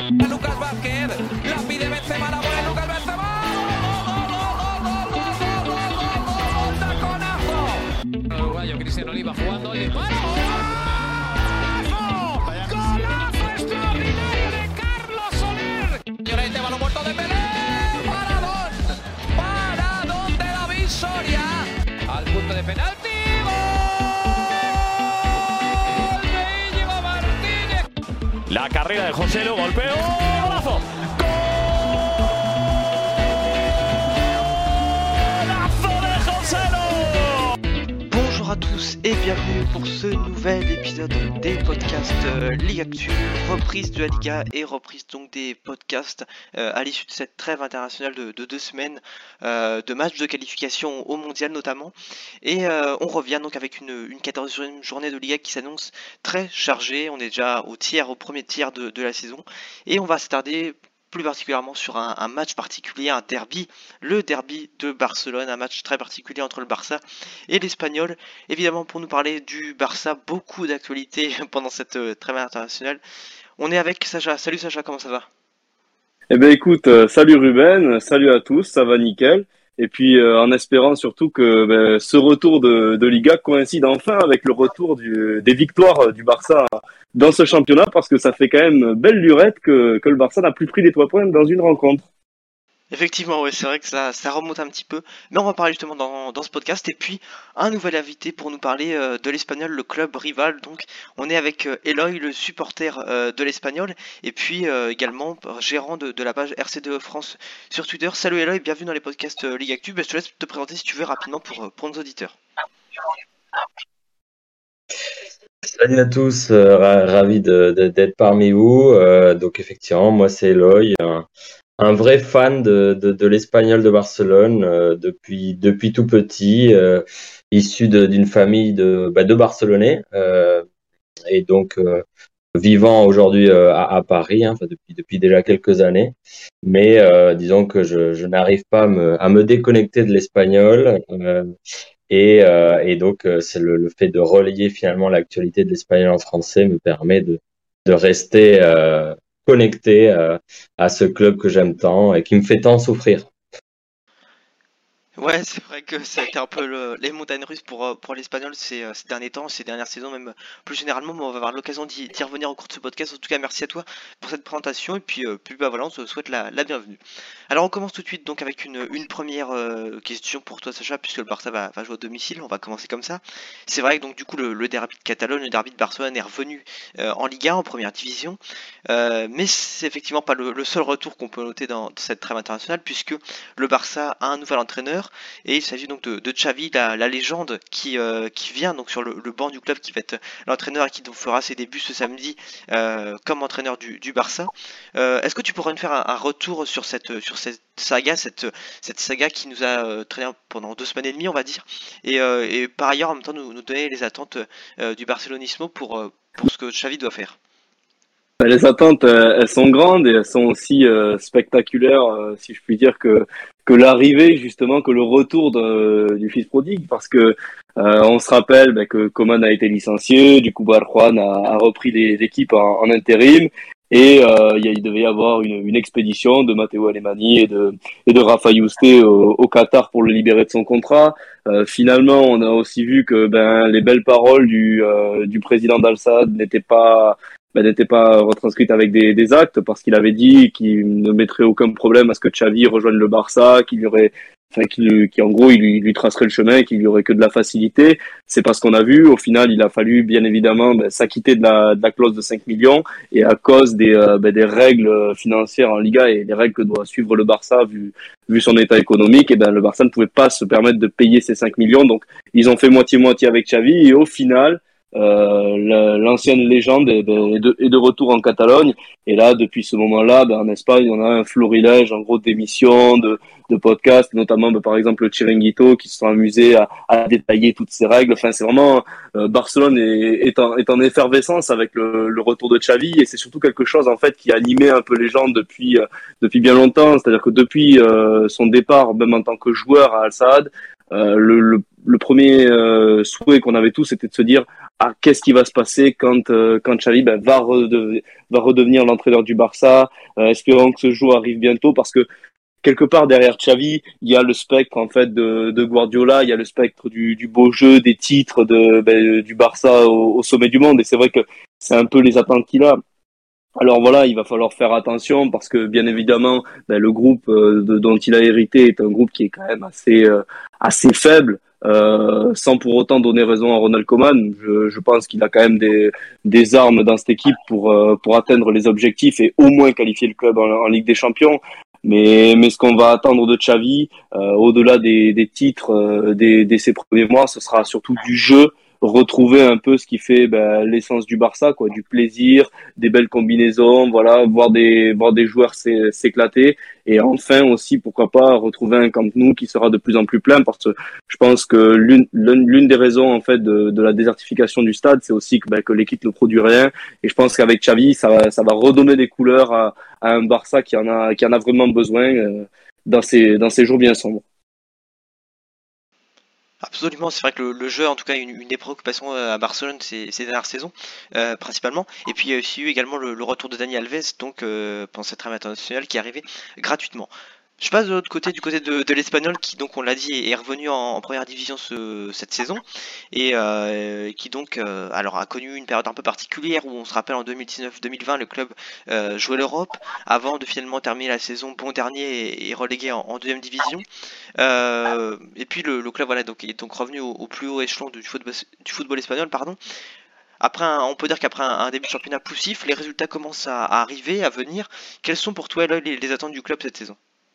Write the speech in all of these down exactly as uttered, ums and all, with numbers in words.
Lucas Vázquez, la pide Benzema, la pone Lucas Benzema. ¡Gol! El uruguayo Cristian Oliva jugando el disparo. ¡Golazo! ¡Golazo extraordinario de Carlos Soler! Llorente, balón muerto de Pelé. ¡Paradón! ¡Paradón de David Soria! Al punto de penalti. La carrera de Joselu, golpeo, golazo. Golazo de Joselu. Bonjour à tous et bienvenue pour ce nouvel épisode des podcasts euh, Ligue Actu, reprise de la Liga et reprise donc des podcasts euh, à l'issue de cette trêve internationale de, de deux semaines, euh, de matchs de qualification au mondial notamment. Et euh, on revient donc avec une, une quatorzième journée de Liga qui s'annonce très chargée. On est déjà au tiers, au premier tiers de, de la saison et on va s'attarder plus particulièrement sur un, un match particulier, un derby, le derby de Barcelone, un match très particulier entre le Barça et l'Espagnol. Évidemment, pour nous parler du Barça, beaucoup d'actualités pendant cette euh, trêve internationale. On est avec Sacha. Salut Sacha, comment ça va ? Eh ben écoute, euh, salut Ruben, salut à tous, ça va nickel. Et puis euh, en espérant surtout que ben, ce retour de, de Liga coïncide enfin avec le retour du, des victoires du Barça dans ce championnat, parce que ça fait quand même belle lurette que, que le Barça n'a plus pris les trois points dans une rencontre. Effectivement, ouais, c'est vrai que ça, ça remonte un petit peu, mais on va parler justement dans, dans ce podcast. Et puis un nouvel invité pour nous parler euh, de l'Espagnol, le club rival. Donc on est avec euh, Eloy, le supporter euh, de l'Espagnol, et puis euh, également gérant de, de la page R C deux France sur Twitter. Salut Eloy, bienvenue dans les podcasts euh, Ligue Actu. Ben, je te laisse te présenter si tu veux rapidement pour, pour nos auditeurs. Salut à tous, euh, ra- ravi de, de, d'être parmi vous. Euh, donc effectivement, moi c'est Eloy, un, un vrai fan de, de, de l'Espagnol de Barcelone euh, depuis depuis tout petit, euh, issu de, d'une famille de bah, de Barcelonais euh, et donc euh, vivant aujourd'hui euh, à, à Paris, hein, enfin depuis depuis déjà quelques années. Mais euh, disons que je, je n'arrive pas à me, à me déconnecter de l'Espagnol. Euh, Et, euh, et donc, euh, c'est le, le fait de relayer finalement l'actualité de l'espagnol en français me permet de, de rester euh, connecté euh, à ce club que j'aime tant et qui me fait tant souffrir. Ouais, c'est vrai que ça a été un peu le- les montagnes russes pour, euh, pour l'Espagnol ces, euh, ces derniers temps, ces dernières saisons, même plus généralement, mais on va avoir l'occasion d'y, d'y revenir au cours de ce podcast. En tout cas, merci à toi pour cette présentation, et puis, euh, puis bah voilà, on te souhaite la, la bienvenue. Alors on commence tout de suite donc avec une, une première euh, question pour toi Sacha, puisque le Barça va, va jouer au domicile, on va commencer comme ça. C'est vrai que donc du coup le, le derby de Catalogne, le derby de Barcelone est revenu euh, en Liga, en première division, euh, mais c'est effectivement pas le, le seul retour qu'on peut noter dans cette trêve internationale, puisque le Barça a un nouvel entraîneur. Et il s'agit donc de, de Xavi, la, la légende qui, euh, qui vient donc sur le, le banc du club, qui va être l'entraîneur et qui donc fera ses débuts ce samedi euh, comme entraîneur du, du Barça. Euh, est-ce que tu pourrais nous faire un, un retour sur cette, sur cette saga, cette, cette saga qui nous a euh, traîné pendant deux semaines et demie, on va dire, et, euh, et par ailleurs en même temps nous, nous donner les attentes euh, du Barcelonismo pour, euh, pour ce que Xavi doit faire? Les attentes, euh, elles sont grandes et elles sont aussi euh, spectaculaires, euh, si je puis dire, que que l'arrivée, justement, que le retour de, du fils prodigue, parce que euh, on se rappelle ben, que Coman a été licencié, du coup Barjuan a, a repris les- l'équipe en, en intérim, et euh, il, y a- il devait y avoir une, une expédition de Matteo Alemany et de et de Rafa Yuste au, au Qatar pour le libérer de son contrat. Euh, finalement, on a aussi vu que ben les belles paroles du euh, du président d'Al Sadd n'étaient pas ben, n'était pas retranscrite avec des, des actes, parce qu'il avait dit qu'il ne mettrait aucun problème à ce que Xavi rejoigne le Barça, qu'il y aurait, enfin, qu'il, qu'il, en gros, il lui, il lui tracerait le chemin, qu'il y aurait que de la facilité. C'est pas ce qu'on a vu. Au final, il a fallu, bien évidemment, ben, s'acquitter de la, de la clause de cinq millions, et à cause des, euh, ben, des règles financières en Liga et des règles que doit suivre le Barça vu, vu son état économique, et ben, le Barça ne pouvait pas se permettre de payer ces cinq millions. Donc, ils ont fait moitié-moitié avec Xavi, et au final, Euh, la- l'ancienne légende est de, est de, est de retour en Catalogne. Et là, depuis ce moment-là, ben, en Espagne, on a un florilège, en gros, d'émissions, de, de podcasts, notamment, ben, par exemple, le Chiringuito, qui se sont amusés à, à détailler toutes ces règles. Enfin, c'est vraiment, euh, Barcelone est, est, en, est en effervescence avec le, le retour de Xavi, et c'est surtout quelque chose, en fait, qui a animé un peu les gens depuis, euh, depuis bien longtemps. C'est-à-dire que depuis euh, son départ, même en tant que joueur à Al Sadd, euh, le, le, le premier euh, souhait qu'on avait tous, c'était de se dire, à qu'est-ce qui va se passer quand euh, quand Xavi ben, va rede- va redevenir l'entraîneur du Barça. Euh, espérons que ce jour arrive bientôt parce que quelque part derrière Xavi, il y a le spectre en fait de, de Guardiola, il y a le spectre du, du beau jeu, des titres de ben, du Barça au, au sommet du monde. Et c'est vrai que c'est un peu les attentes qu'il a. Alors voilà, il va falloir faire attention parce que bien évidemment, ben, le groupe euh, de- dont il a hérité est un groupe qui est quand même assez euh, assez faible, euh, sans pour autant donner raison à Ronald Koeman. Je, je pense qu'il a quand même des des armes dans cette équipe pour euh, pour atteindre les objectifs et au moins qualifier le club en, en Ligue des Champions. Mais mais ce qu'on va attendre de Xavi, euh, au-delà des des titres, euh, des des ses premiers mois, ce sera surtout du jeu, retrouver un peu ce qui fait ben, l'essence du Barça, quoi, du plaisir, des belles combinaisons, voilà, voir des voir des joueurs s'é- s'éclater et enfin aussi pourquoi pas retrouver un Camp Nou qui sera de plus en plus plein parce que je pense que l'une l'une l'une des raisons en fait de, de la désertification du stade, c'est aussi que ben, que l'équipe ne produit rien et je pense qu'avec Xavi ça va ça va redonner des couleurs à, à un Barça qui en a qui en a vraiment besoin euh, dans ces dans ces jours bien sombres. Absolument, c'est vrai que le, le jeu, en tout cas, une, une des préoccupations euh, à Barcelone ces, ces dernières saisons, euh, principalement. Et puis il y a aussi eu également le, le retour de Dani Alves, donc euh, pendant cette trêve internationale, qui est arrivé gratuitement. Je passe de l'autre côté, du côté de, de l'Espagnol, qui donc, on l'a dit, est revenu en, en première division ce- cette saison, et euh, qui donc, euh, alors a connu une période un peu particulière où on se rappelle en deux mille dix-neuf deux mille vingt, le club euh, jouait l'Europe, avant de finalement terminer la saison bon dernier et, et relégué en, en deuxième division. Euh, et puis le, le club voilà donc est donc revenu au, au plus haut échelon du football, du football espagnol, pardon. Après un- on peut dire qu'après un, un début de championnat poussif, les résultats commencent à, à arriver, à venir. Quelles sont pour toi là, les, les attentes du club cette saison?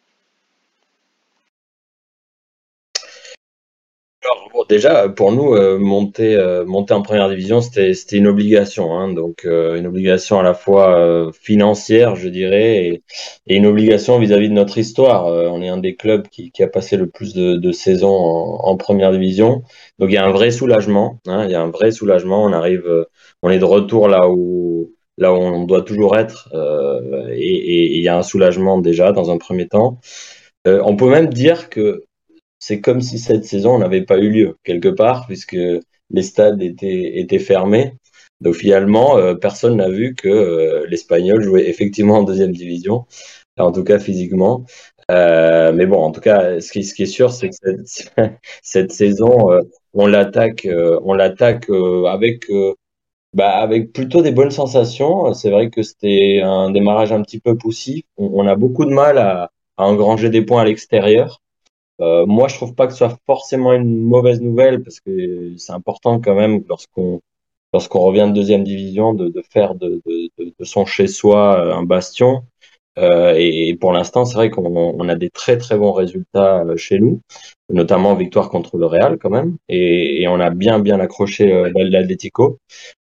Alors, bon, déjà, pour nous, euh, monter, euh, monter en première division, c'était, c'était une obligation, hein. Donc, euh, une obligation à la fois euh, financière, je dirais, et, et une obligation vis-à-vis de notre histoire. Euh, on est un des clubs qui, qui a passé le plus de, de saisons en, en première division. Donc, il y a un vrai soulagement, hein. Il y a un vrai soulagement. On arrive, euh, on est de retour là où, là où on doit toujours être, euh, et, et et il y a un soulagement déjà dans un premier temps. Euh, on peut même dire que c'est comme si cette saison n'avait pas eu lieu quelque part, puisque les stades étaient, étaient fermés. Donc finalement, euh, personne n'a vu que euh, l'Espagnol jouait effectivement en deuxième division, en tout cas physiquement. Euh, mais bon, en tout cas, ce qui, ce qui est sûr, c'est que cette, cette saison, euh, on l'attaque, euh, on l'attaque euh, avec, euh, bah, avec plutôt des bonnes sensations. C'est vrai que c'était un démarrage un petit peu poussif. On, on a beaucoup de mal à, à engranger des points à l'extérieur. Euh, moi, je trouve pas que ce soit forcément une mauvaise nouvelle parce que c'est important quand même lorsqu'on lorsqu'on revient de deuxième division de, de faire de, de, de, de son chez-soi euh, un bastion. Euh, et, et pour l'instant, c'est vrai qu'on on a des très très bons résultats euh, chez nous, notamment victoire contre le Real quand même, et, et on a bien bien accroché euh, l'Atlético.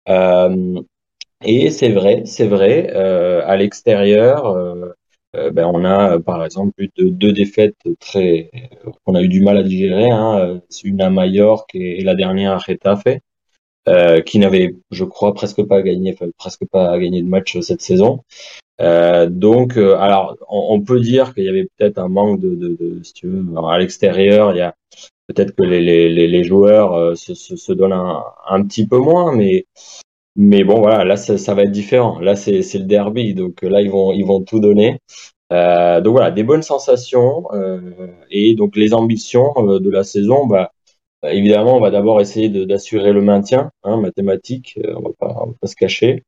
Euh, et c'est vrai, c'est vrai, euh, à l'extérieur, euh, euh, ben on a euh, par exemple eu deux, deux défaites très qu'on a eu du mal à digérer, hein, euh, une à Majorque et, et la dernière à Getafe, euh, qui n'avait, je crois, presque pas gagné, enfin, presque pas gagné de match cette saison. Euh, donc, euh, alors, on, on peut dire qu'il y avait peut-être un manque de, de, de si tu veux, alors, à l'extérieur, il y a peut-être que les, les, les joueurs euh, se, se, se donnent un, un petit peu moins, mais mais bon, voilà, là, ça, ça va être différent. Là, c'est, c'est le derby, donc euh, là, ils vont, ils vont tout donner. Euh, donc voilà, des bonnes sensations euh, et donc les ambitions euh, de la saison. Bah, bah, évidemment, on va d'abord essayer de, d'assurer le maintien, hein, mathématique. Euh, on va pas, on va pas se cacher.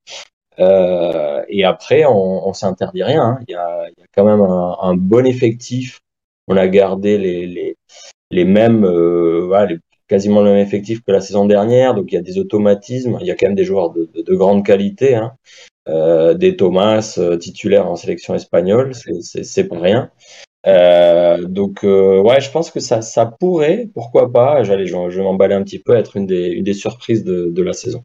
Euh, et après, on, on s'interdit rien, hein. Il y a, il y a quand même un, un bon effectif. On a gardé les, les, les mêmes, euh, voilà, les- quasiment le même effectif que la saison dernière. Donc il y a des automatismes. Il y a quand même des joueurs de, de, de grande qualité, hein. Euh, des Thomas euh, titulaires en sélection espagnole, c'est c'est c'est pas rien. Euh, donc euh, ouais, je pense que ça ça pourrait, pourquoi pas. J'allais, je, je vais m'emballer un petit peu, être une des une des surprises de de la saison.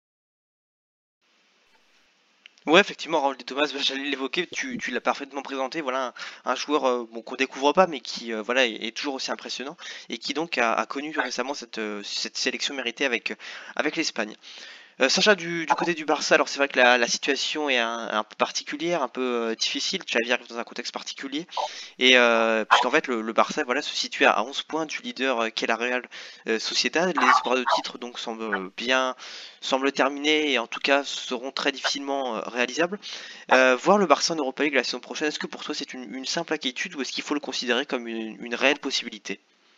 Ouais, effectivement, Raoul de Thomas, bah, j'allais l'évoquer, tu, tu l'as parfaitement présenté, voilà, un, un joueur euh, bon, qu'on découvre pas, mais qui euh, voilà, est, est toujours aussi impressionnant, et qui donc a, a connu récemment cette, euh, cette sélection méritée avec, euh, avec l'Espagne. Euh, Sacha, du, du côté du Barça, alors c'est vrai que la, la situation est un, un peu particulière, un peu euh, difficile. Xavi arrive dans un contexte particulier. Et euh, puisqu'en fait, le, le Barça voilà, se situe à onze points du leader euh, qu'est la Real euh, Sociedad. Les espoirs de titre donc semblent bien semblent terminés et en tout cas seront très difficilement euh, réalisables. Euh, voir le Barça en Europa League la saison prochaine, est-ce que pour toi c'est une, une simple inquiétude ou est-ce qu'il faut le considérer comme une, une réelle possibilité?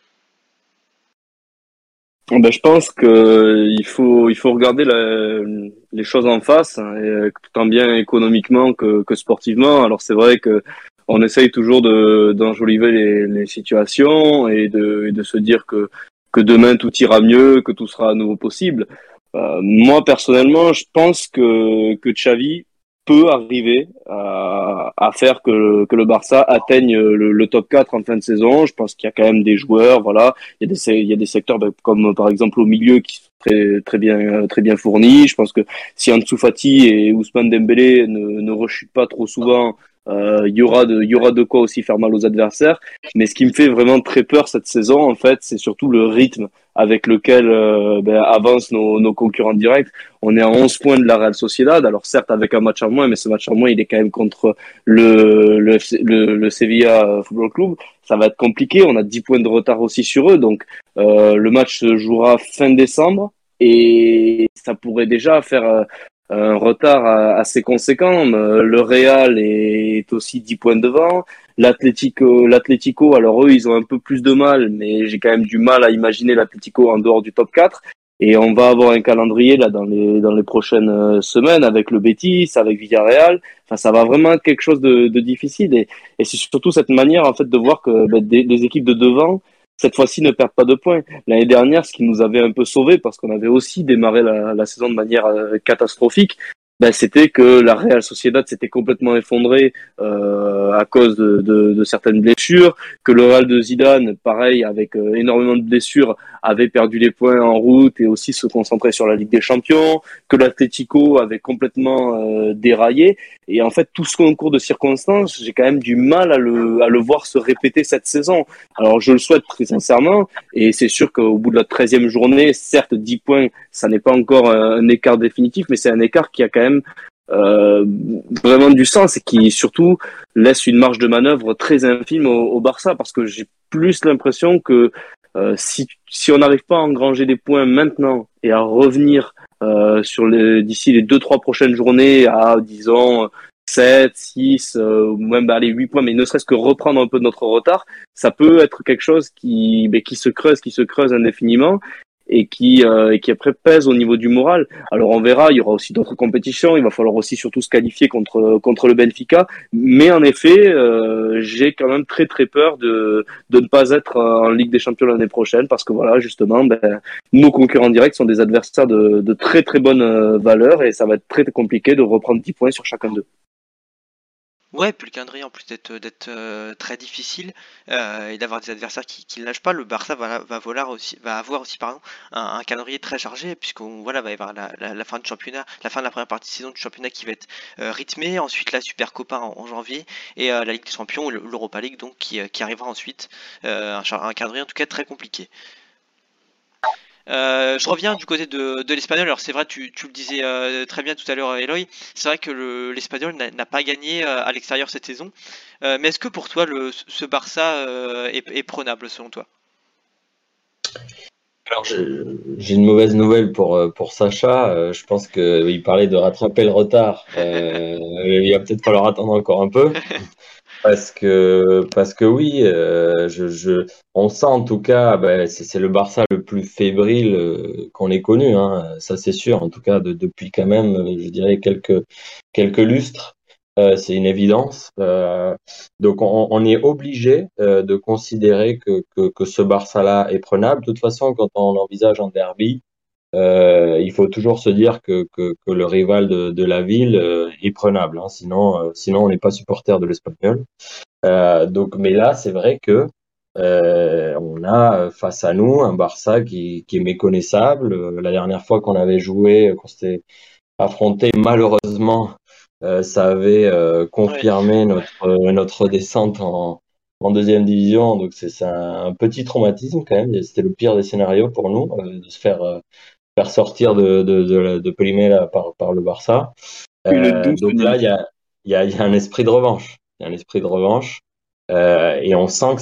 Ben, je pense que il faut il faut regarder la- les choses en face, hein, et, euh, tant bien économiquement que, que sportivement. Alors c'est vrai que on essaye toujours de d'enjoliver les, les situations et de et de se dire que que demain tout ira mieux, que tout sera à nouveau possible. Euh, moi personnellement, je pense que que Xavi peut arriver à, à faire que, que le Barça atteigne le, le top quatre en fin de saison. Je pense qu'il y a quand même des joueurs, voilà. Il y a des, il y a des secteurs ben, comme par exemple au milieu qui sont très, très bien, très bien fournis. Je pense que si Ansu Fati et Ousmane Dembélé ne, ne rechutent pas trop souvent, euh, il y aura de, il y aura de quoi aussi faire mal aux adversaires. Mais ce qui me fait vraiment très peur cette saison, en fait, c'est surtout le rythme avec lequel euh, ben, avancent nos, nos concurrents directs. On est à onze points de la Real Sociedad, alors certes avec un match en moins, mais ce match en moins, il est quand même contre le, le, le, le Sevilla Football Club. Ça va être compliqué, on a dix points de retard aussi sur eux, donc euh, le match se jouera fin décembre et ça pourrait déjà faire euh, un retard assez conséquent. Le Real est aussi dix points devant. L'Atlético, l'Atlético, alors eux, ils ont un peu plus de mal, mais j'ai quand même du mal à imaginer l'Atlético en dehors du top quatre. Et on va avoir un calendrier là dans les dans les prochaines semaines avec le Betis, avec Villarreal. Enfin, ça va vraiment être quelque chose de, de difficile. Et, et c'est surtout cette manière en fait de voir que ben, des, des équipes de devant cette fois-ci ne perdent pas de points. L'année dernière, ce qui nous avait un peu sauvés, parce qu'on avait aussi démarré la, la saison de manière euh, catastrophique, ben, c'était que la Real Sociedad s'était complètement effondrée euh, à cause de, de, de certaines blessures, que le Real de Zidane, pareil, avec euh, énormément de blessures, avait perdu les points en route et aussi se concentrait sur la Ligue des Champions, que l'Atlético avait complètement euh, déraillé. Et en fait, tout ce concours de circonstances, j'ai quand même du mal à le, à le voir se répéter cette saison. Alors, je le souhaite très sincèrement, et c'est sûr qu'au bout de la treizième journée, certes, dix points, ça n'est pas encore un écart définitif, mais c'est un écart qui a quand même euh, vraiment du sens et qui surtout laisse une marge de manœuvre très infime au, au Barça, parce que j'ai plus l'impression que euh, si, si on n'arrive pas à engranger des points maintenant et à revenir euh, sur les, d'ici les deux trois prochaines journées à, disons, sept, six, euh, ou même bah, allez, huit points, mais ne serait-ce que reprendre un peu de notre retard, ça peut être quelque chose qui, bah, qui se creuse, qui se creuse indéfiniment et qui, euh, et qui après pèse au niveau du moral. Alors on verra, il y aura aussi d'autres compétitions, il va falloir aussi surtout se qualifier contre, contre le Benfica, mais en effet, euh, j'ai quand même très très peur de, de ne pas être en Ligue des Champions l'année prochaine, parce que voilà, justement, ben, nos concurrents directs sont des adversaires de, de très très bonne valeur et ça va être très compliqué de reprendre dix points sur chacun d'eux. Ouais, puis le calendrier en plus d'être d'être euh, très difficile euh, et d'avoir des adversaires qui, qui ne lâchent pas, le Barça va, va, voler aussi, va avoir aussi pardon, un, un calendrier très chargé puisqu'on voilà, va y avoir la, la, la fin du championnat, la fin de la première partie de saison du championnat qui va être euh, rythmée, ensuite la Super Copa en, en janvier et euh, la Ligue des Champions, l'Europa League donc qui, qui arrivera ensuite, euh, un, un calendrier en tout cas très compliqué. Euh, je reviens du côté de, de l'Espagnol. Alors c'est vrai, tu, tu le disais euh, très bien tout à l'heure, Eloy. C'est vrai que le, l'Espagnol n'a, n'a pas gagné euh, à l'extérieur cette saison. Euh, mais est-ce que pour toi, le, ce Barça euh, est, est prenable selon toi? Alors j'ai, j'ai une mauvaise nouvelle pour pour Sacha. Euh, je pense que il parlait de rattraper le retard. Euh, il va peut-être falloir attendre encore un peu. Parce que, parce que oui, euh, je, je, on sent en tout cas, ben, c'est, c'est le Barça le plus fébrile euh, qu'on ait connu, hein, ça c'est sûr. En tout cas, de, depuis quand même, je dirais quelques quelques lustres, euh, c'est une évidence. Euh, donc, on, on est obligé euh, de considérer que, que que ce Barça-là est prenable. De toute façon, quand on envisage un derby, euh, il faut toujours se dire que, que, que le rival de, de la ville euh, est prenable, hein, sinon, euh, sinon on n'est pas supporter de l'Espagnol. Euh, donc, mais là, c'est vrai que euh, on a face à nous un Barça qui, qui est méconnaissable. La dernière fois qu'on avait joué, qu'on s'était affronté, malheureusement, euh, ça avait euh, confirmé ouais. notre notre descente en, en deuxième division. Donc c'est, c'est un, un petit traumatisme quand même. C'était le pire des scénarios pour nous euh, de se faire euh, faire sortir de, de, de, de Pelimela par, par le Barça. Euh, donc là, il y a, il y, a, il y a un esprit de revanche. Il y a un esprit de revanche. Euh, et on sent que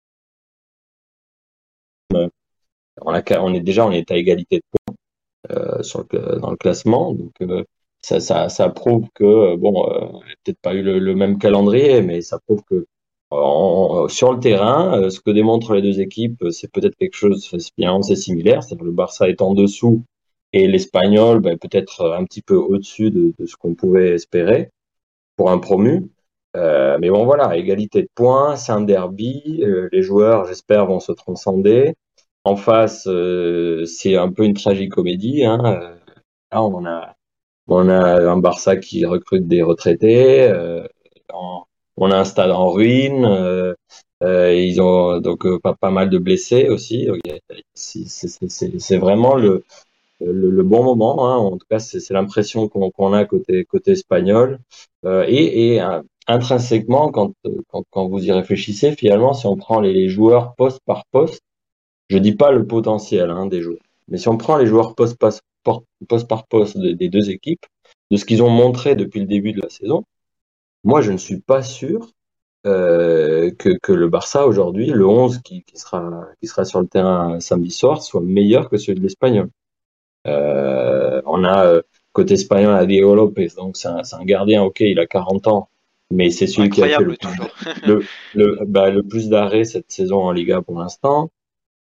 c'est, on, a, on est déjà on est à égalité de points euh, sur le, dans le classement. Donc euh, ça, ça, ça prouve que, bon, euh, peut-être pas eu le, le même calendrier, mais ça prouve que en, sur le terrain, euh, ce que démontrent les deux équipes, c'est peut-être quelque chose, finalement, c'est similaire. C'est-à-dire le Barça est en dessous et l'Espagnol, ben, peut-être un petit peu au-dessus de, de ce qu'on pouvait espérer pour un promu. Euh, mais bon, voilà, égalité de points, c'est un derby. Euh, les joueurs, j'espère, vont se transcender. En face, euh, c'est un peu une tragicomédie. Hein. Euh, là, on a, on a un Barça qui recrute des retraités. Euh, en, on a un stade en ruine. Euh, euh, ils ont donc euh, pas, pas mal de blessés aussi. Donc, c'est, c'est, c'est, c'est vraiment le, le, le bon moment. Hein. En tout cas, c'est, c'est l'impression qu'on, qu'on a côté, côté espagnol. Euh, et et euh, intrinsèquement, quand, quand, quand vous y réfléchissez, finalement, si on prend les, les joueurs poste par poste, je dis pas le potentiel hein, des joueurs, mais si on prend les joueurs poste, poste, poste par poste des, des deux équipes, de ce qu'ils ont montré depuis le début de la saison, moi, je ne suis pas sûr euh, que, que le Barça aujourd'hui, le onze qui, qui sera qui sera sur le terrain samedi soir, soit meilleur que celui de l'Espagnol. Euh, on a euh, côté espagnol à Diego Lopez, donc c'est un, c'est un gardien, ok, il a quarante ans, mais c'est celui Incroyable, qui a fait le, le, le, bah, le plus d'arrêts cette saison en Liga pour l'instant.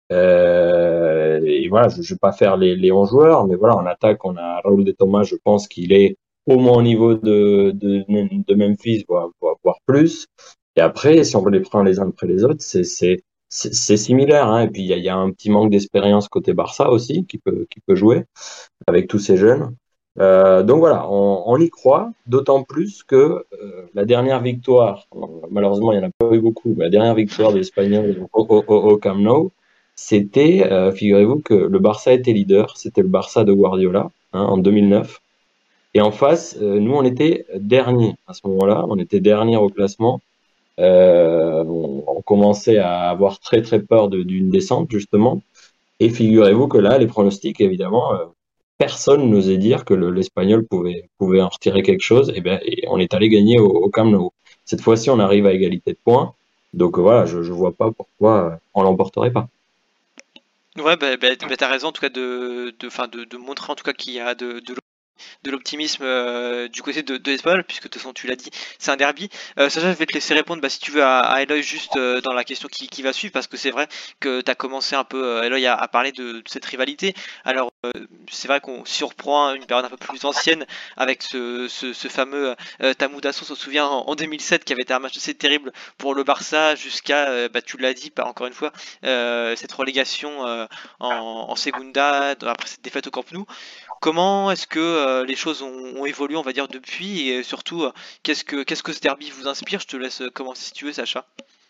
Euh, et voilà, je ne vais pas faire les, les onze joueurs, mais voilà, en attaque, on a Raúl de Tomás, je pense qu'il est au moins au niveau de, de, de Memphis, voire, voire plus. Et après, si on les prend les uns après les autres, c'est, c'est, c'est, c'est similaire. Hein. Et puis, il y a, y a un petit manque d'expérience côté Barça aussi, qui peut, qui peut jouer avec tous ces jeunes. Euh, donc voilà, on, on y croit, d'autant plus que euh, la dernière victoire, malheureusement, il n'y en a pas eu beaucoup, mais la dernière victoire de l'Espagnol au, au, au, au Camp Nou, c'était, euh, figurez-vous que le Barça était leader, c'était le Barça de Guardiola hein, en deux mille neuf. Et en face, euh, nous, on était dernier à ce moment-là, on était dernier au classement. Euh, on, on commençait à avoir très très peur de, d'une descente, justement. Et figurez-vous que là, les pronostics, évidemment, euh, personne n'osait dire que le, l'Espagnol pouvait, pouvait en retirer quelque chose. Et, ben, et on est allé gagner au, au Camp Nou. Cette fois-ci, on arrive à égalité de points. Donc voilà, je ne vois pas pourquoi on l'emporterait pas. Ouais, bah, bah, bah, t'as raison en tout cas de, de, fin, de, de montrer en tout cas qu'il y a de, de de l'optimisme euh, du côté de, de l'Espagnol, puisque de toute façon tu l'as dit, c'est un derby. Euh, Sacha, je vais te laisser répondre bah, si tu veux à, à Eloy juste euh, dans la question qui, qui va suivre, parce que c'est vrai que tu as commencé un peu, euh, Eloy, à, à parler de, de cette rivalité. Alors euh, c'est vrai qu'on surprend une période un peu plus ancienne avec ce, ce, ce fameux euh, Tamoudasso, on se souvient en, en deux mille sept, qui avait été un match assez terrible pour le Barça jusqu'à, euh, bah, tu l'as dit, pas encore une fois, euh, cette relégation euh, en, en Segunda après cette défaite au Camp Nou. Comment est-ce que euh, les choses ont, ont évolué, on va dire, depuis, et surtout, euh, qu'est-ce que qu'est-ce que ce derby vous inspire? Je te laisse commencer si tu veux, Sacha.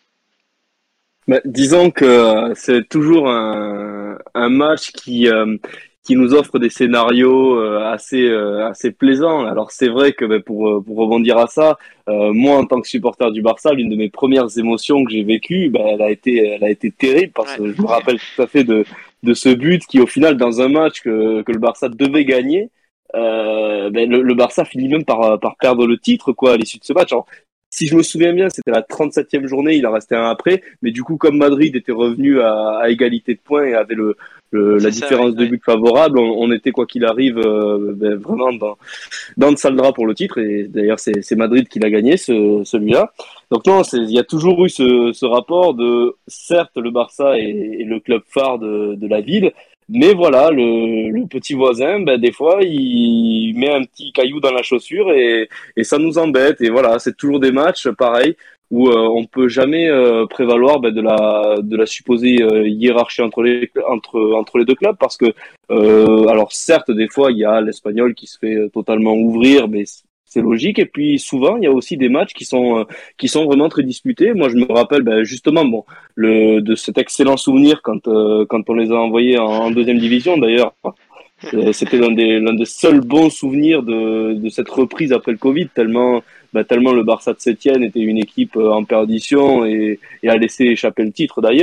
Bah, disons que euh, c'est toujours un, un match qui euh, qui nous offre des scénarios euh, assez euh, assez plaisants. Alors c'est vrai que bah, pour pour rebondir à ça, euh, moi en tant que supporter du Barça, l'une de mes premières émotions que j'ai vécues, bah, elle a été elle a été terrible parce Ouais. que je me rappelle tout à fait de de ce but qui au final dans un match que que le Barça devait gagner, euh, ben, le, le Barça finit même par par perdre le titre quoi à l'issue de ce match. Alors, si je me souviens bien, c'était la trente-septième journée, il en restait un après, mais du coup, comme Madrid était revenu à, à égalité de points et avait le, le la C'est ça, différence ouais, de ouais. but favorable, on, on était quoi qu'il arrive euh, ben, vraiment dans, dans le sale drap pour le titre, et d'ailleurs c'est, c'est Madrid qui l'a gagné, ce, celui-là. Donc non, c'est, il y a toujours eu ce, ce rapport de, certes, le Barça est, est le club phare de, de la ville, mais voilà, le, le petit voisin, ben, des fois, il met un petit caillou dans la chaussure et, et ça nous embête. Et voilà, c'est toujours des matchs, pareil, où euh, on peut jamais euh, prévaloir ben, de la de la supposée euh, hiérarchie entre les entre entre les deux clubs, parce que euh, alors certes, des fois, il y a l'Espagnol qui se fait totalement ouvrir, mais c'est logique. Et puis souvent, il y a aussi des matchs qui sont euh, qui sont vraiment très disputés. Moi, je me rappelle ben, justement bon le de cet excellent souvenir quand euh, quand on les a envoyés en, en deuxième division. D'ailleurs, euh, c'était l'un des l'un des seuls bons souvenirs de de cette reprise après le Covid, tellement ben, tellement le Barça de Sétienne était une équipe euh, en perdition et et a laissé échapper le titre d'ailleurs.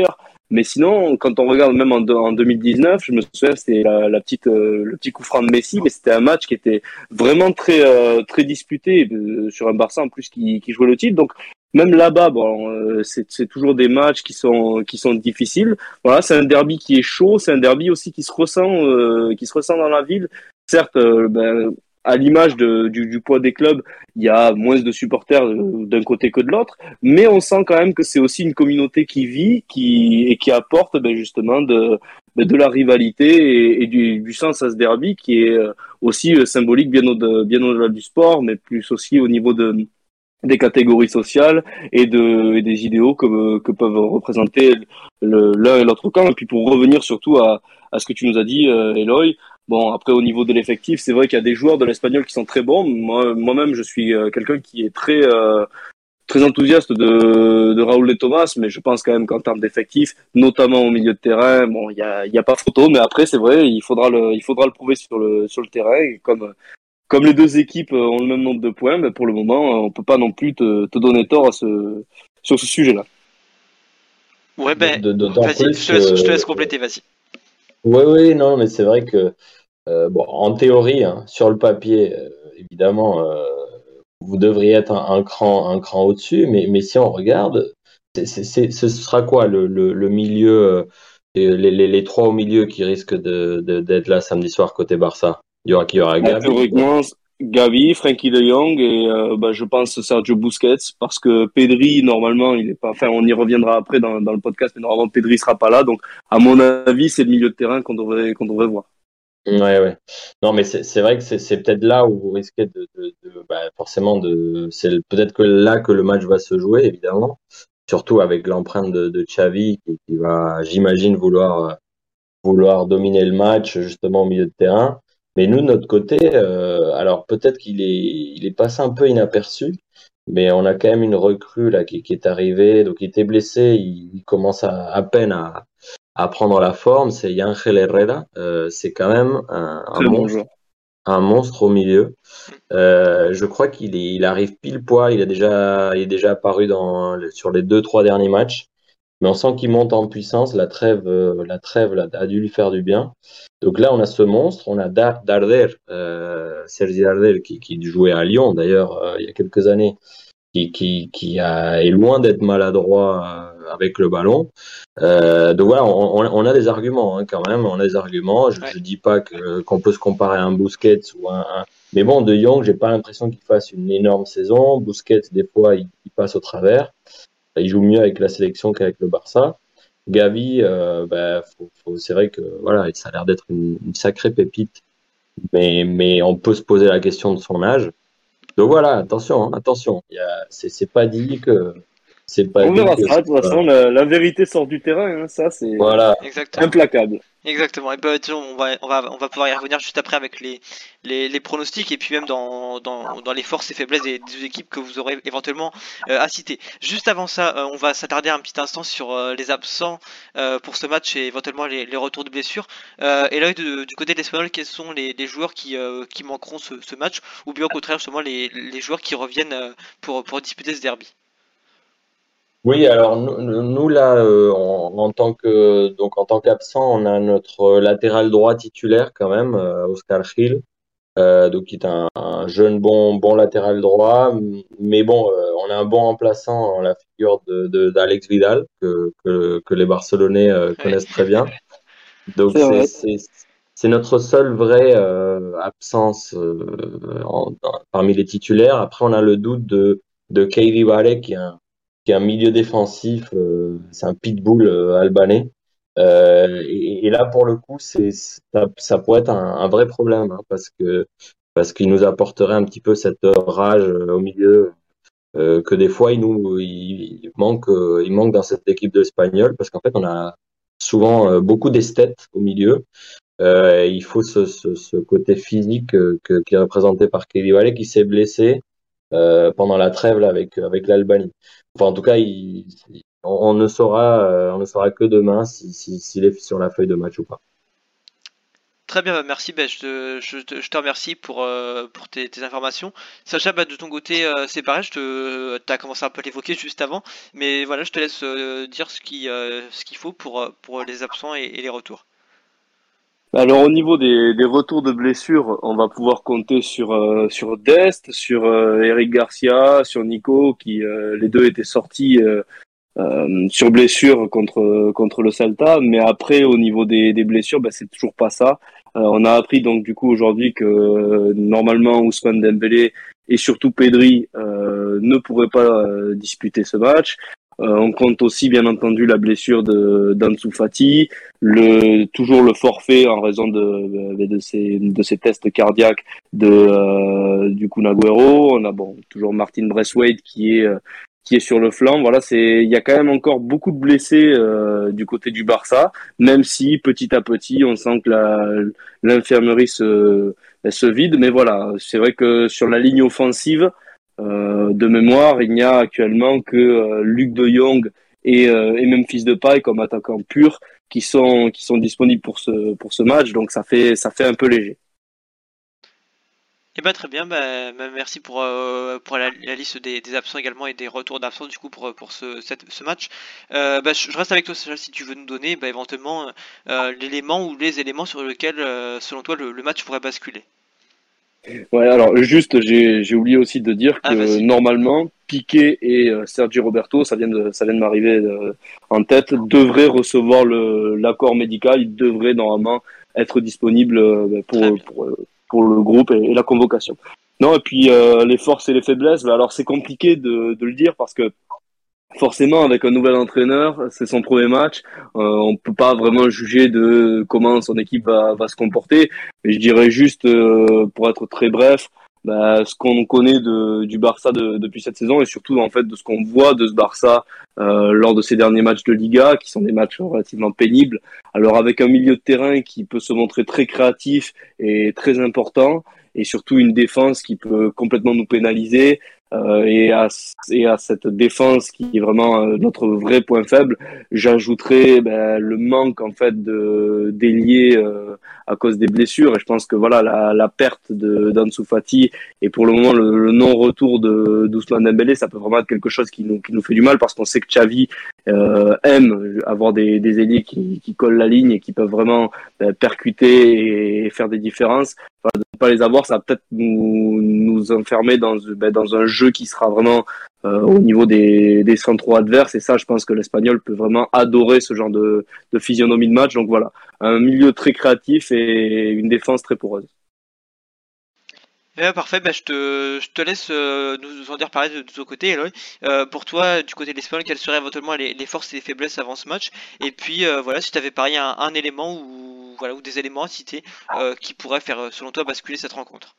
Mais sinon, quand on regarde même en, de- en deux mille dix-neuf, je me souviens, c'était la, la petite, euh, le petit coup franc de Messi, mais c'était un match qui était vraiment très, euh, très disputé euh, sur un Barça en plus qui, qui jouait le titre. Donc même là-bas, bon, euh, c'est, c'est toujours des matchs qui sont, qui sont difficiles. Voilà, c'est un derby qui est chaud, c'est un derby aussi qui se ressent, euh, qui se ressent dans la ville. Certes, euh, ben, à l'image de, du, du poids des clubs, il y a moins de supporters euh, d'un côté que de l'autre, mais on sent quand même que c'est aussi une communauté qui vit, qui et qui apporte ben, justement de ben, de la rivalité et, et du, du sens à ce derby qui est euh, aussi euh, symbolique bien au bien au-delà du sport, mais plus aussi au niveau de des catégories sociales et de et des idéaux que que peuvent représenter le- l'un et l'autre camp. Et puis pour revenir surtout à à ce que tu nous as dit, euh, Eloy. Bon, après au niveau de l'effectif, c'est vrai qu'il y a des joueurs de l'Espagnol qui sont très bons. Moi, moi-même, je suis euh, quelqu'un qui est très euh, très enthousiaste de, de Raúl de Thomas, mais je pense quand même qu'en termes d'effectifs, notamment au milieu de terrain, bon, il y a, il y a pas photo, mais après, c'est vrai, il faudra le, il faudra le prouver sur le, sur le terrain. Et comme, comme les deux équipes ont le même nombre de points, ben pour le moment, on peut pas non plus te, te donner tort à ce, sur ce sujet-là. Ouais, ben, De- D'autant vas-y, plus je te laisse, je te que, laisse compléter, vas-y. oui, oui, non, mais c'est vrai que, euh, bon, en théorie, hein, sur le papier, euh, évidemment, euh, vous devriez être un, un cran, un cran au-dessus, mais, mais si on regarde, c'est, c'est, c'est- ce sera quoi le, le, le milieu, euh, et les, les, les trois au milieu qui risquent de, de, d'être là samedi soir côté Barça? Il y aura qui? Il y aura Bah, Gavi. théoriquement, Gavi, Frankie de Jong et euh, bah, je pense Sergio Busquets parce que Pedri normalement il est pas. Enfin, on y reviendra après dans, dans le podcast, mais normalement Pedri sera pas là. Donc, à mon avis, c'est le milieu de terrain qu'on devrait qu'on devrait voir. Ouais, ouais. Non, mais c'est c'est vrai que c'est c'est peut-être là où vous risquez de, de, de bah, forcément de c'est le- peut-être que là que le match va se jouer évidemment, surtout avec l'empreinte de, de Xavi qui, qui va, j'imagine, vouloir euh, vouloir dominer le match justement au milieu de terrain. Mais nous, de notre côté, euh, alors peut-être qu'il est il est passé un peu inaperçu, mais on a quand même une recrue là qui, qui est arrivée, donc il était blessé, il, il commence à, à peine à à prendre la forme, c'est Yangel Herrera. Euh, c'est quand même un, un Très bon monstre, joueur. un monstre au milieu. Euh, je crois qu'il est, il arrive pile poil. Il a déjà, il est déjà apparu dans, sur les deux, trois derniers matchs. Mais on sent qu'il monte en puissance. La trêve, euh, la trêve là, a dû lui faire du bien. Donc là, on a ce monstre. On a Dar- Darder, euh, Sergi Darder, qui, qui jouait à Lyon d'ailleurs euh, il y a quelques années, qui, qui, qui a, est loin d'être maladroit euh, avec le ballon. Euh, donc voilà, on, on, on a des arguments hein, quand même, on a des arguments. Je, Ouais. je dis pas que qu'on peut se comparer à un Busquets ou un, un... mais bon, De Jong, j'ai pas l'impression qu'il fasse une énorme saison. Busquets, des fois, il, il passe au travers. Il joue mieux avec la sélection qu'avec le Barça. Gavi, euh, bah, faut, faut, c'est vrai que voilà, ça a l'air d'être une, une sacrée pépite, mais mais on peut se poser la question de son âge. Donc voilà, attention, hein, attention. Il y a, c'est, c'est pas dit que, c'est pas On dit verra que, ça. De toute façon, la, la vérité sort du terrain. Hein, ça, c'est voilà. Exactement. implacable. Exactement. Et ben, tu sais, on va, on va, on va pouvoir y revenir juste après avec les, les, les pronostics et puis même dans, dans, dans les forces et faiblesses des, des deux équipes que vous aurez éventuellement euh, à citer. Juste avant ça, euh, on va s'attarder un petit instant sur euh, les absents euh, pour ce match et éventuellement les, les retours de blessures. Euh, et là, de- du côté de l'Espagnol, quels sont les, les joueurs qui, euh, qui manqueront ce, ce match ou bien au contraire, justement, les, les joueurs qui reviennent euh, pour, pour disputer ce derby? Oui, alors nous, nous nous, là, euh, en, en tant que donc en tant qu'absent, on a notre latéral droit titulaire quand même, euh, Oscar Gil, euh, donc qui est un, un jeune bon bon latéral droit, m- mais bon, euh, on a un bon remplaçant en la figure de, de d'Alex Vidal que, que que les Barcelonais euh, Ouais. connaissent très bien. Donc C'est c'est vrai. c'est c'est notre seule vraie euh, absence euh, en- dans- parmi les titulaires. Après, on a le doute de de Keidi Vale qui est un qui est un milieu défensif. Euh, c'est un pitbull euh, albanais. Euh, et, et là, pour le coup, c'est ça, ça pourrait être un, un vrai problème hein, parce que parce qu'il nous apporterait un petit peu cette rage euh, au milieu euh, que des fois il nous il, il manque euh, il manque dans cette équipe de l'Espagnol parce qu'en fait on a souvent euh, beaucoup d'esthètes au milieu. Euh, il faut ce, ce, ce côté physique euh, que, qui est représenté par Kelly Valley qui s'est blessé euh, pendant la trêve là, avec avec l'Albanie. Enfin en tout cas il, on, on ne saura euh, on ne saura que demain si, si, s'il est sur la feuille de match ou pas. très bien, bah, merci. Bah, je, te, je, te, je te remercie pour, euh, pour tes, tes informations. Sacha, bah, de ton côté, euh, c'est pareil. Je te, t'as commencé un peu à l'évoquer juste avant, mais voilà, je te laisse euh, dire ce qui, euh, ce qu'il faut pour, euh, pour les absents et, et les retours. Alors au niveau des, des retours de blessures, on va pouvoir compter sur euh, sur Dest, sur euh, Eric Garcia, sur Nico, qui euh, les deux étaient sortis euh, euh, sur blessure contre contre le Celta. Mais après au niveau des, des blessures, ben, c'est toujours pas ça. Euh, on a appris donc du coup aujourd'hui que euh, normalement Ousmane Dembélé et surtout Pedri euh, ne pourraient pas euh, disputer ce match. Euh, on compte aussi bien entendu la blessure de d'Ansu Fati, le toujours le forfait en raison de de, de ces de ces tests cardiaques de euh, du Kun Agüero. On a bon toujours Martin Braithwaite qui est euh, qui est sur le flanc. Voilà, c'est il y a quand même encore beaucoup de blessés euh, du côté du Barça, même si petit à petit on sent que la l'infirmerie se se vide. Mais voilà, c'est vrai que sur la ligne offensive, euh, de mémoire, il n'y a actuellement que euh, Luc de Jong et, euh, et Memphis Depay comme attaquants purs qui sont qui sont disponibles pour ce pour ce match. Donc ça fait ça fait un peu léger. Eh ben très bien, bah, bah, merci pour, euh, pour la, la liste des, des absents également et des retours d'absents du coup pour, pour ce, cette, ce match. Euh, bah, je je reste avec toi Sacha, si tu veux nous donner bah, éventuellement euh, l'élément ou les éléments sur lesquels euh, selon toi le, le match pourrait basculer. Ouais, alors juste, j'ai j'ai oublié aussi de dire que Ah, vas-y. normalement, Piqué et euh, Sergio Roberto, ça vient de ça vient de m'arriver euh, en tête, devraient recevoir le l'accord médical. Ils devraient normalement être disponibles euh, pour Très bien. pour euh, pour le groupe et, et la convocation. Non, et puis euh, les forces et les faiblesses. Bah, alors c'est compliqué de de le dire parce que forcément, avec un nouvel entraîneur, c'est son premier match. Euh, on peut pas vraiment juger de comment son équipe va, va se comporter. Mais je dirais juste, euh, pour être très bref, bah, ce qu'on connaît de, du Barça de, depuis cette saison et surtout en fait de ce qu'on voit de ce Barça euh, lors de ces derniers matchs de Liga, qui sont des matchs relativement pénibles. Alors avec un milieu de terrain qui peut se montrer très créatif et très important, et surtout une défense qui peut complètement nous pénaliser. Euh, et, à, et à cette défense qui est vraiment euh, notre vrai point faible, j'ajouterais ben, le manque en fait de d'ailier euh, à cause des blessures. Et je pense que voilà la, la perte de d'Ansu Fati et pour le moment le, le non-retour de d'Ousmane Dembélé, ça peut vraiment être quelque chose qui nous qui nous fait du mal parce qu'on sait que Xavi euh, aime avoir des des ailiers qui qui collent la ligne et qui peuvent vraiment ben, percuter et faire des différences. Enfin, de ne pas les avoir, ça va peut-être nous nous enfermer dans ben, dans un jeu qui sera vraiment euh, au niveau des, des centraux adverses. Et ça, je pense que l'Espagnol peut vraiment adorer ce genre de, de physionomie de match. Donc voilà, un milieu très créatif et une défense très poreuse. Eh ben, parfait, bah, je te, je te laisse euh, nous, nous en dire pareil de, de ton côté, Eloy. Euh, pour toi, du côté de l'Espagnol, quelles seraient éventuellement les, les forces et les faiblesses avant ce match? Et puis euh, voilà, si tu avais pareil un, un élément ou voilà ou des éléments à citer euh, qui pourraient faire selon toi basculer cette rencontre.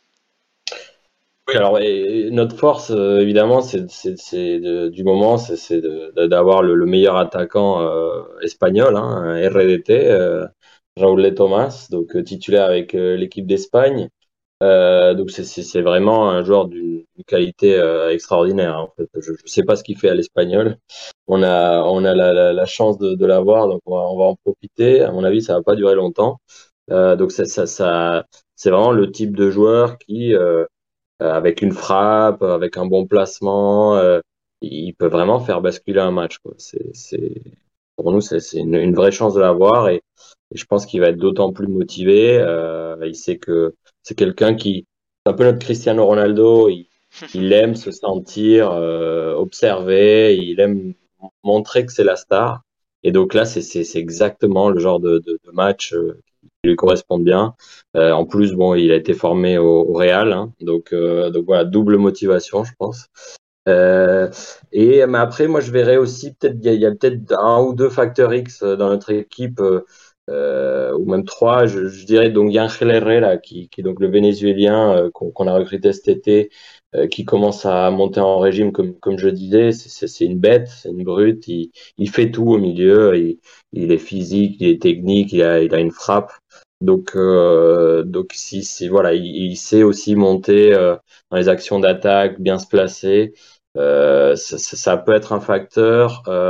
Oui, alors et, et notre force, euh, évidemment, c'est c'est c'est de- du moment, c'est c'est de- de- d'avoir le, le meilleur attaquant euh, espagnol, hein, un R D T, euh, Raúl Tomás, donc euh, titulaire avec euh, l'équipe d'Espagne. Euh, donc c'est c'est c'est vraiment un joueur d'une d'une qualité euh, extraordinaire. En fait, je je sais pas ce qu'il fait à l'Espagnol. On a on a la la, la chance de de l'avoir, donc on va, on va en profiter. À mon avis, ça va pas durer longtemps. Euh, donc ça ça ça c'est vraiment le type de joueur qui euh, euh, avec une frappe, avec un bon placement, euh, il peut vraiment faire basculer un match, quoi. C'est, c'est, pour nous, c'est, c'est une, une vraie chance de l'avoir et, et je pense qu'il va être d'autant plus motivé. Euh, il sait que c'est quelqu'un qui, c'est un peu notre Cristiano Ronaldo. Il, il aime se sentir euh, observé, il aime montrer que c'est la star. Et donc là, c'est, c'est, c'est exactement le genre de, de, de match euh, qui lui correspond bien. Euh, en plus, bon, il a été formé au, au Real, hein, donc, euh, donc voilà, double motivation, je pense. Euh, et mais après, moi, je verrais aussi peut-être il y a, il y a peut-être un ou deux facteurs X dans notre équipe, euh, euh, ou même trois. Je, je dirais donc Yangel Herrera, qui, qui est donc le Vénézuélien euh, qu'on, qu'on a recruté cet été, euh, qui commence à monter en régime, comme comme je disais. C'est, c'est, c'est une bête, c'est une brute. Il, il fait tout au milieu. Il, il est physique, il est technique, il a, il a une frappe. Donc, euh, donc si, si voilà, il, il sait aussi monter euh, dans les actions d'attaque, bien se placer. Euh, ça, ça, ça peut être un facteur. Euh,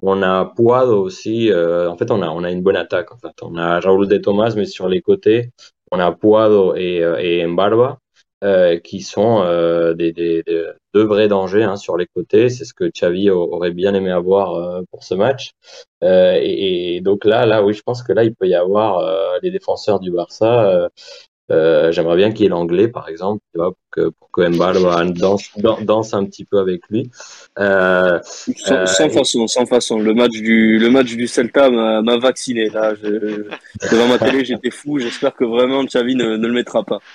On a Puado aussi. Euh, en fait, on a, on a une bonne attaque. En fait, on a Raúl de Tomás, mais sur les côtés, on a Puado et, euh, et Mbarba, euh, qui sont euh, des, des, des, deux vrais dangers hein, sur les côtés. C'est ce que Xavi aurait bien aimé avoir euh, pour ce match. Euh, et, et donc là, là, oui, je pense que là, il peut y avoir euh, les défenseurs du Barça. Euh, euh, j'aimerais bien qu'il y ait l'anglais, par exemple, tu vois, pour que, pour que Mbarba danse, danse un petit peu avec lui. Euh, Sans, euh, sans et- façon, sans façon. Le match du, le match du Celta m'a, m'a vacciné. Là, je, devant ma télé, j'étais fou. J'espère que vraiment Xavi ne, ne le mettra pas.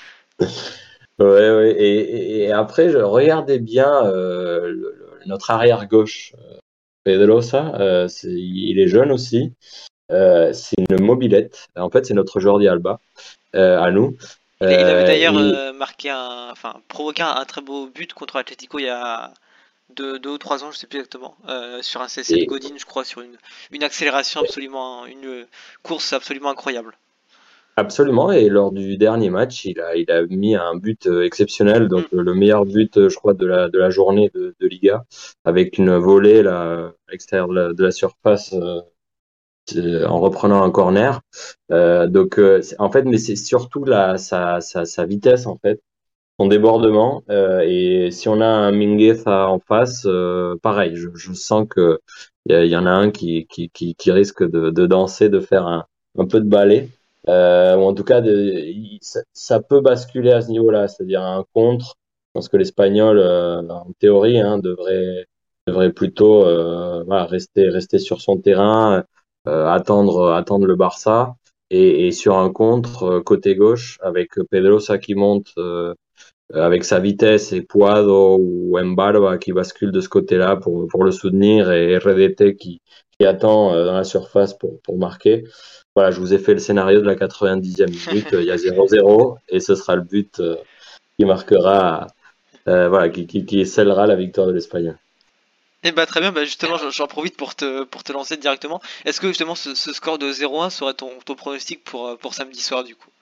Ouais, ouais. Et, et, et après, je regardais bien euh, le- le- notre arrière gauche, Pedrosa. Euh, c'est, il est jeune aussi. Euh, c'est une mobilette. En fait, c'est notre Jordi Alba euh, à nous. Il, a- il avait Euh, d'ailleurs et, euh, marqué un, enfin provoqué un, un très beau but contre Atlético il y a deux, deux ou trois ans, je sais plus exactement, euh, sur un C C de et Godin, je crois, sur une, une accélération absolument, une course absolument incroyable. absolument. Et lors du dernier match, il a, il a mis un but euh, exceptionnel, donc Mm. le meilleur but, euh, je crois, de la, de la journée de, de Liga, avec une volée là, à l'extérieur de la, de la surface. Euh, euh, en reprenant un corner. Euh, donc, euh, c'est- en fait, mais c'est surtout la, sa, sa, sa vitesse, en fait, son débordement. Euh, et si on a un Mingueza en face, euh, pareil, je, je sens que il y, a- il y en a un qui, qui, qui, qui risque de, de danser, de faire un, un peu de ballet. Euh, ou en tout cas, de, il- ça, ça peut basculer à ce niveau-là, c'est-à-dire un contre. Je pense que l'Espagnol, euh, en théorie, hein, devrait, devrait plutôt euh, voilà, rester, rester sur son terrain, euh, attendre, attendre le Barça. Et, et sur un contre, euh, côté gauche, avec Pedrosa qui monte euh, avec sa vitesse et Puado ou Mbarba qui bascule de ce côté-là pour, pour le soutenir et R D T qui, qui attend euh, dans la surface pour, pour marquer. Voilà, je vous ai fait le scénario de la quatre-vingt-dixième minute. Il y a zéro zéro et ce sera le but euh, qui marquera, euh, voilà, qui, qui, qui scellera la victoire de l'Espagnol. Et bah très bien, bah justement j'en j'en profite pour te, pour te lancer directement. Est-ce que justement ce, ce score de zéro un serait ton, ton pronostic pour, euh, pour samedi soir du coup?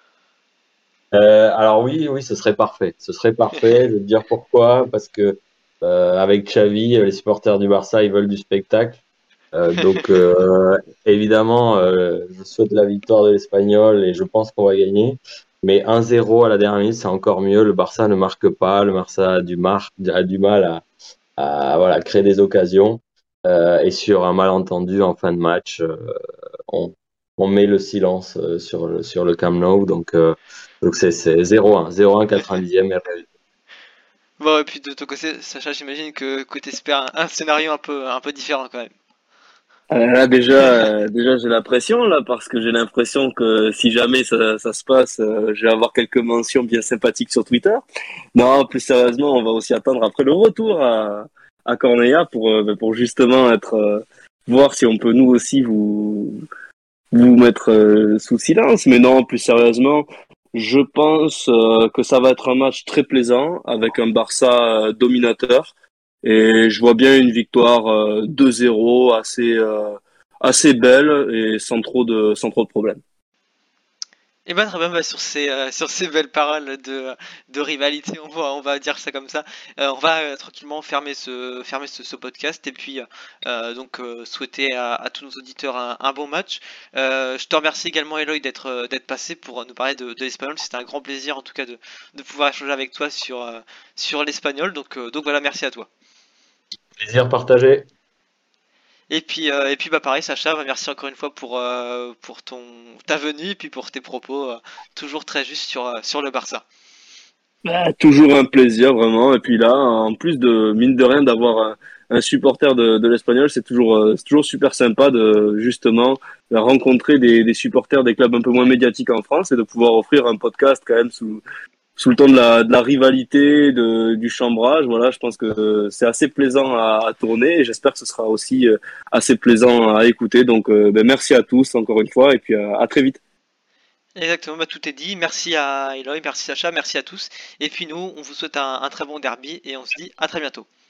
Euh, alors oui, oui, ce serait parfait. Ce serait parfait. Je vais te dire pourquoi. Parce que euh, avec Xavi, les supporters du Barça, ils veulent du spectacle. Euh, donc euh, évidemment, euh, je souhaite la victoire de l'Espagnol et je pense qu'on va gagner. Mais un zéro à la dernière minute, c'est encore mieux. Le Barça ne marque pas. Le Barça a du, mar a du mal à, à voilà, créer des occasions. Euh, et sur un malentendu en fin de match, euh, on, on met le silence euh, sur le, sur le Camp Nou. Donc euh, donc c'est c'est zéro un, zéro un quatre-vingt-dixième. Bon et puis de ton côté, Sacha, j'imagine que, que t'espères un, un scénario un peu, un peu différent quand même. Euh, Là déjà, euh, déjà j'ai la pression là parce que j'ai l'impression que si jamais ça, ça se passe, euh, je vais avoir quelques mentions bien sympathiques sur Twitter. Non, plus sérieusement, on va aussi attendre après le retour à, à Cornellà pour euh, pour justement être euh, voir si on peut nous aussi vous vous mettre euh, sous silence. Mais non, plus sérieusement, je pense euh, que ça va être un match très plaisant avec un Barça euh, dominateur. Et je vois bien une victoire euh, deux zéro assez euh, assez belle et sans trop de sans trop de problèmes. Et ben très bien, bah, sur ces, euh, sur ces belles paroles de, de rivalité, on va, on va dire ça comme ça. Euh, on va euh, tranquillement fermer ce, fermer ce, ce podcast et puis euh, donc euh, souhaiter à, à tous nos auditeurs un, un bon match. Euh, je te remercie également Eloy d'être euh, d'être passé pour nous parler de, de l'espagnol. C'était un grand plaisir en tout cas de, de pouvoir échanger avec toi sur, euh, sur l'espagnol. Donc, euh, donc voilà, merci à toi. Plaisir partagé. Et puis, euh, et puis bah pareil Sacha, bah, merci encore une fois pour, euh, pour ton, ta venue et puis pour tes propos euh, toujours très justes sur, euh, sur le Barça. Ah, toujours un plaisir vraiment. Et puis là, en plus de mine de rien d'avoir un, un supporter de, de l'Espagnol, c'est toujours euh, c'est toujours super sympa de justement rencontrer des, des supporters des clubs un peu moins médiatiques en France et de pouvoir offrir un podcast quand même sous sous le ton de la, de la rivalité, de, du chambrage. Voilà, je pense que c'est assez plaisant à, à tourner et j'espère que ce sera aussi euh, assez plaisant à écouter. Donc, euh, ben, merci à tous encore une fois et puis à, à très vite. Exactement, bah, tout est dit. Merci à Eloy, merci Sacha, merci à tous. Et puis nous, on vous souhaite un, un très bon derby et on se dit à très bientôt.